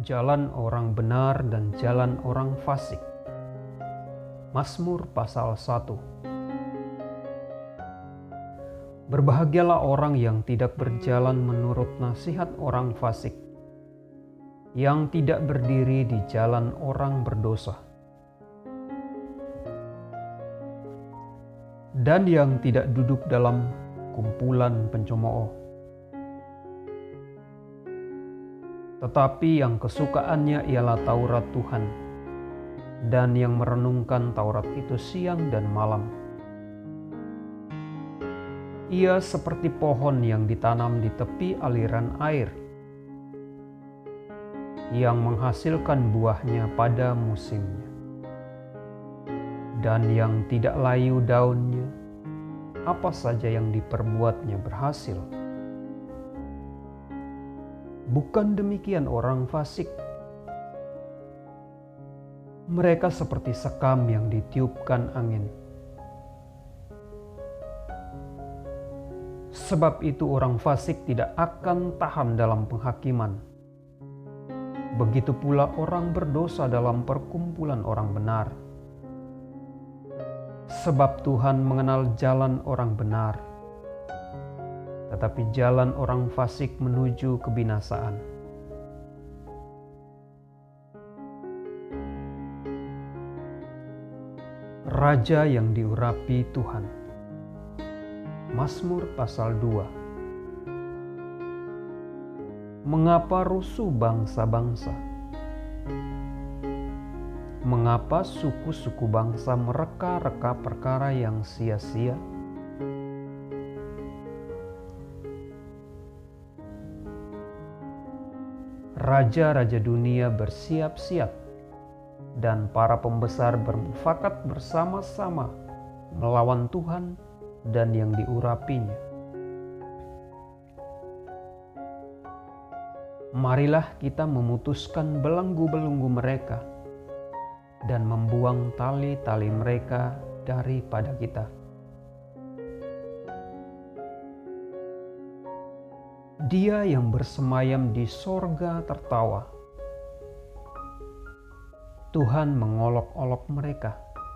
Jalan orang benar dan jalan orang fasik. Mazmur pasal 1. Berbahagialah orang yang tidak berjalan menurut nasihat orang fasik, yang tidak berdiri di jalan orang berdosa, dan yang tidak duduk dalam kumpulan pencemooh. Tetapi yang kesukaannya ialah Taurat Tuhan, dan yang merenungkan Taurat itu siang dan malam. Ia seperti pohon yang ditanam di tepi aliran air, yang menghasilkan buahnya pada musimnya, dan yang tidak layu daunnya, apa saja yang diperbuatnya berhasil. Bukan demikian orang fasik. Mereka seperti sekam yang ditiupkan angin. Sebab itu orang fasik tidak akan tahan dalam penghakiman. Begitu pula orang berdosa dalam perkumpulan orang benar. Sebab Tuhan mengenal jalan orang benar, tetapi jalan orang fasik menuju kebinasaan. Raja yang diurapi Tuhan. Mazmur pasal 2. Mengapa rusuh bangsa-bangsa? Mengapa suku-suku bangsa mereka-reka perkara yang sia-sia? Raja-raja dunia bersiap-siap, dan para pembesar bermufakat bersama-sama melawan Tuhan dan yang diurapinya. Marilah kita memutuskan belenggu-belenggu mereka dan membuang tali-tali mereka daripada kita. Dia yang bersemayam di sorga tertawa. Tuhan mengolok-olok mereka.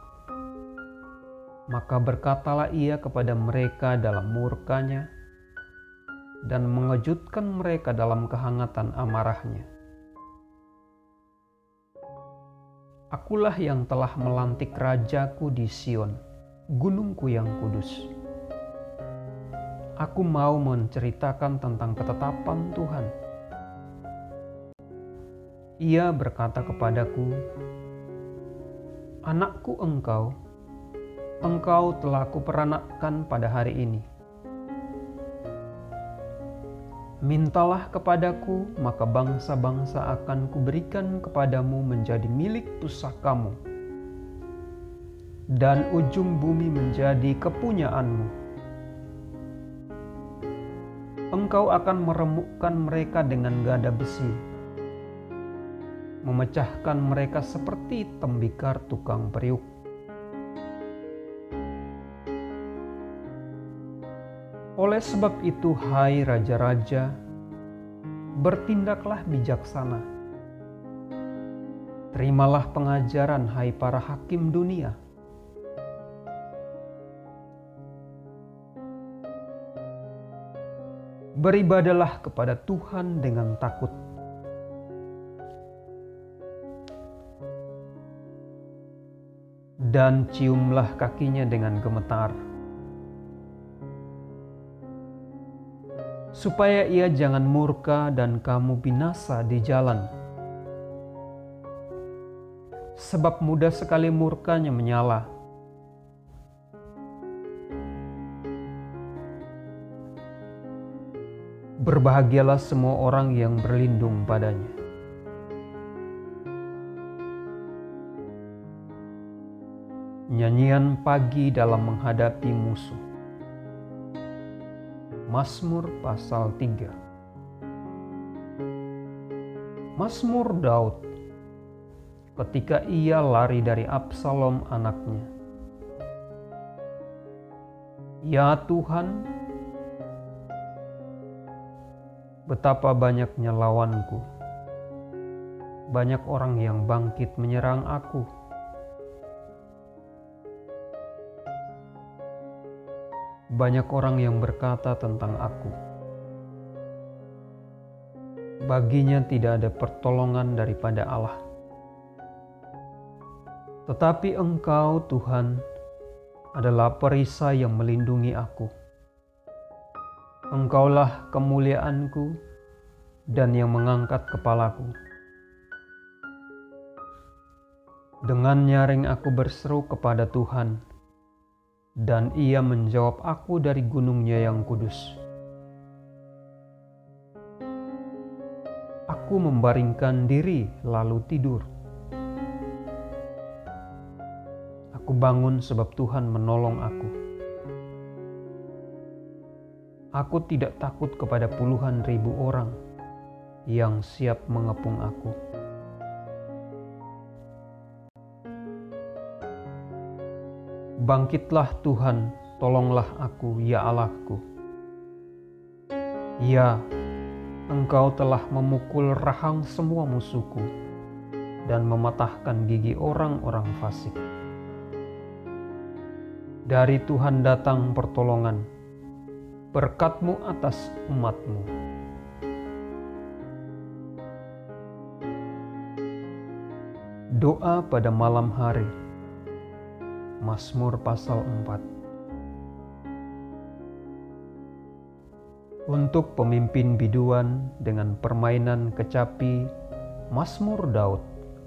Maka berkatalah ia kepada mereka dalam murkanya, dan mengejutkan mereka dalam kehangatan amarahnya. Akulah yang telah melantik rajaku di Sion, gunungku yang kudus. Aku mau menceritakan tentang ketetapan Tuhan. Ia berkata kepadaku, "Anakku engkau telah kuperanakkan pada hari ini. Mintalah kepadaku, maka bangsa-bangsa akan kuberikan kepadamu menjadi milik pusakamu, dan ujung bumi menjadi kepunyaanmu. Engkau akan meremukkan mereka dengan gada besi, memecahkan mereka seperti tembikar tukang periuk. Oleh sebab itu, hai raja-raja, bertindaklah bijaksana. Terimalah pengajaran, hai para hakim dunia. Beribadalah kepada Tuhan dengan takut. Dan ciumlah kakinya dengan gemetar, supaya ia jangan murka dan kamu binasa di jalan. Sebab mudah sekali murkanya menyala. Berbahagialah semua orang yang berlindung padanya. Nyanyian pagi dalam menghadapi musuh. Mazmur pasal 3. Mazmur Daud ketika ia lari dari Absalom anaknya. Ya Tuhan, betapa banyaknya lawanku. banyak orang yang bangkit menyerang aku. Banyak orang yang berkata tentang aku, baginya tidak ada pertolongan daripada Allah. Tetapi Engkau, Tuhan, adalah perisai yang melindungi aku. Engkaulah kemuliaanku dan yang mengangkat kepalaku. Dengan nyaring aku berseru kepada Tuhan, dan Ia menjawab aku dari gunung-Nya yang kudus. Aku membaringkan diri lalu tidur. Aku bangun sebab Tuhan menolong aku. Aku tidak takut kepada puluhan ribu orang yang siap mengepung aku. Bangkitlah Tuhan, tolonglah aku, ya Allahku. Ya, Engkau telah memukul rahang semua musuhku dan mematahkan gigi orang-orang fasik. Dari Tuhan datang pertolongan, berkat-Mu atas umat-Mu. Doa pada malam hari. Mazmur pasal 4. Untuk pemimpin biduan dengan permainan kecapi, Mazmur Daud.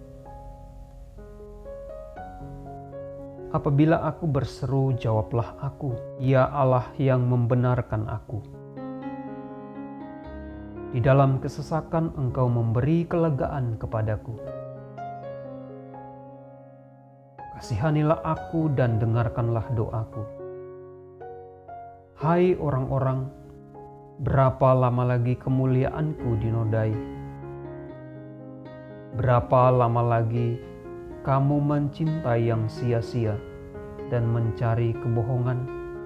Apabila aku berseru, jawablah aku, ya Allah yang membenarkan aku. Di dalam kesesakan Engkau memberi kelegaan kepadaku. Kasihanilah aku dan dengarkanlah doaku. Hai orang-orang, berapa lama lagi kemuliaanku dinodai? Berapa lama lagi kamu mencintai yang sia-sia dan mencari kebohongan?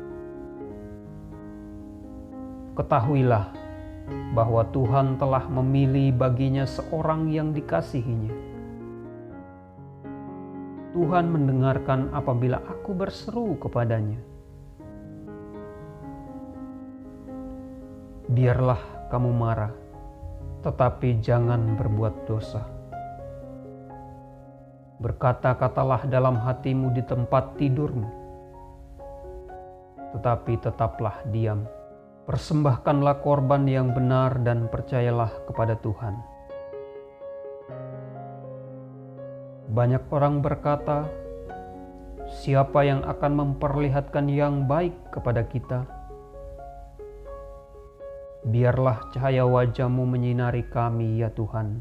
Ketahuilah bahwa Tuhan telah memilih baginya seorang yang dikasihinya. Tuhan mendengarkan apabila aku berseru kepadanya. Biarlah kamu marah, tetapi jangan berbuat dosa. Berkata-katalah dalam hatimu di tempat tidurmu, tetapi tetaplah diam. Persembahkanlah korban yang benar dan percayalah kepada Tuhan. Banyak orang berkata, siapa yang akan memperlihatkan yang baik kepada kita? Biarlah cahaya wajah-Mu menyinari kami, ya Tuhan.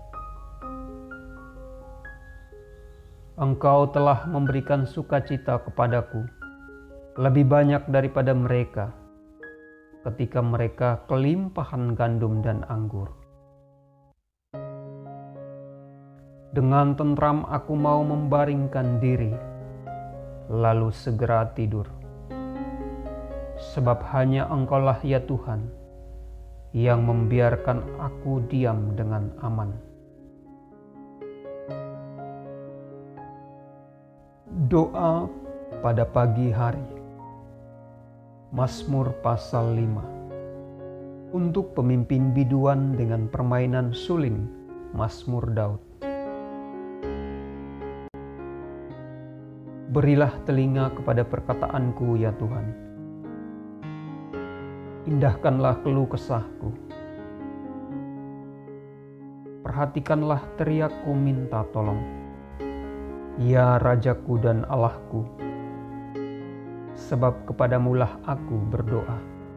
Engkau telah memberikan sukacita kepadaku, lebih banyak daripada mereka, ketika mereka kelimpahan gandum dan anggur. Dengan tentram aku mau membaringkan diri, lalu segera tidur. Sebab hanya Engkaulah ya Tuhan, yang membiarkan aku diam dengan aman. Doa pada pagi hari. Mazmur pasal 5. Untuk pemimpin biduan dengan permainan suling, Mazmur Daud. Berilah telinga kepada perkataanku, ya Tuhan. Indahkanlah keluh kesahku. Perhatikanlah teriakku minta tolong. Ya Rajaku dan Allahku, sebab kepadamulah aku berdoa.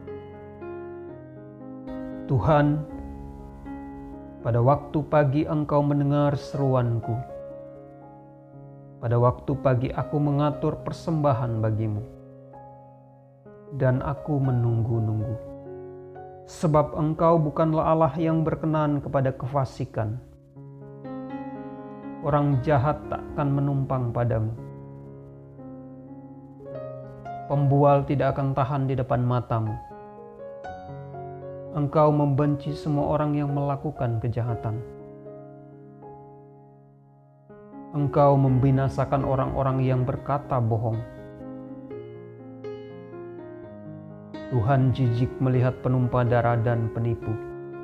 Tuhan, pada waktu pagi Engkau mendengar seruanku. Pada waktu pagi aku mengatur persembahan bagimu, dan aku menunggu-nunggu. Sebab Engkau bukanlah Allah yang berkenan kepada kefasikan. Orang jahat tak akan menumpang padamu. Pembual tidak akan tahan di depan matamu. Engkau membenci semua orang yang melakukan kejahatan. Engkau membinasakan orang-orang yang berkata bohong. Tuhan jijik melihat penumpah darah dan penipu.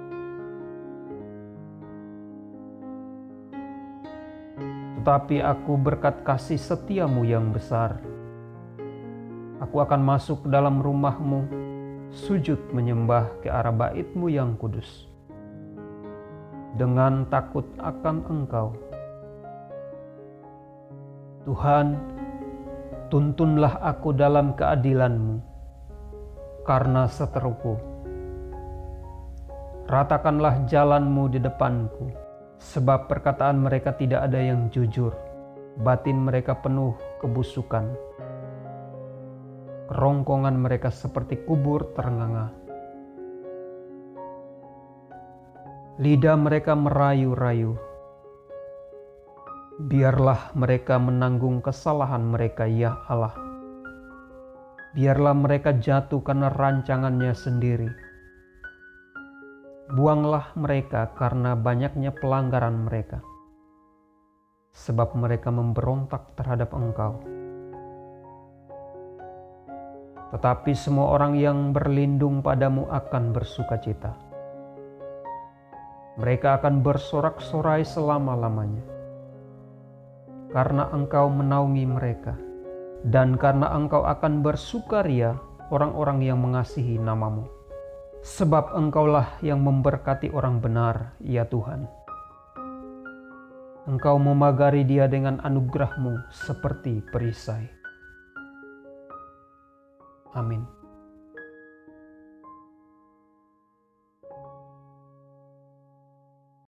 Tetapi aku berkat kasih setiamu yang besar. Aku akan masuk dalam rumahmu, sujud menyembah ke arah bait-Mu yang kudus. Dengan takut akan Engkau. Tuhan, tuntunlah aku dalam keadilan-Mu, karena seteruku. Ratakanlah jalan-Mu di depanku, sebab perkataan mereka tidak ada yang jujur, batin mereka penuh kebusukan. Kerongkongan mereka seperti kubur ternganga. Lidah mereka merayu-rayu. Biarlah mereka menanggung kesalahan mereka, ya Allah. Biarlah mereka jatuh karena rancangannya sendiri. Buanglah mereka karena banyaknya pelanggaran mereka, sebab mereka memberontak terhadap Engkau. Tetapi semua orang yang berlindung padamu akan bersukacita. Mereka akan bersorak-sorai selama-lamanya. Karena Engkau menaungi mereka, dan karena Engkau akan bersukaria orang-orang yang mengasihi nama-Mu. Sebab Engkaulah yang memberkati orang benar, ya Tuhan. Engkau memagari dia dengan anugerah-Mu seperti perisai. Amin.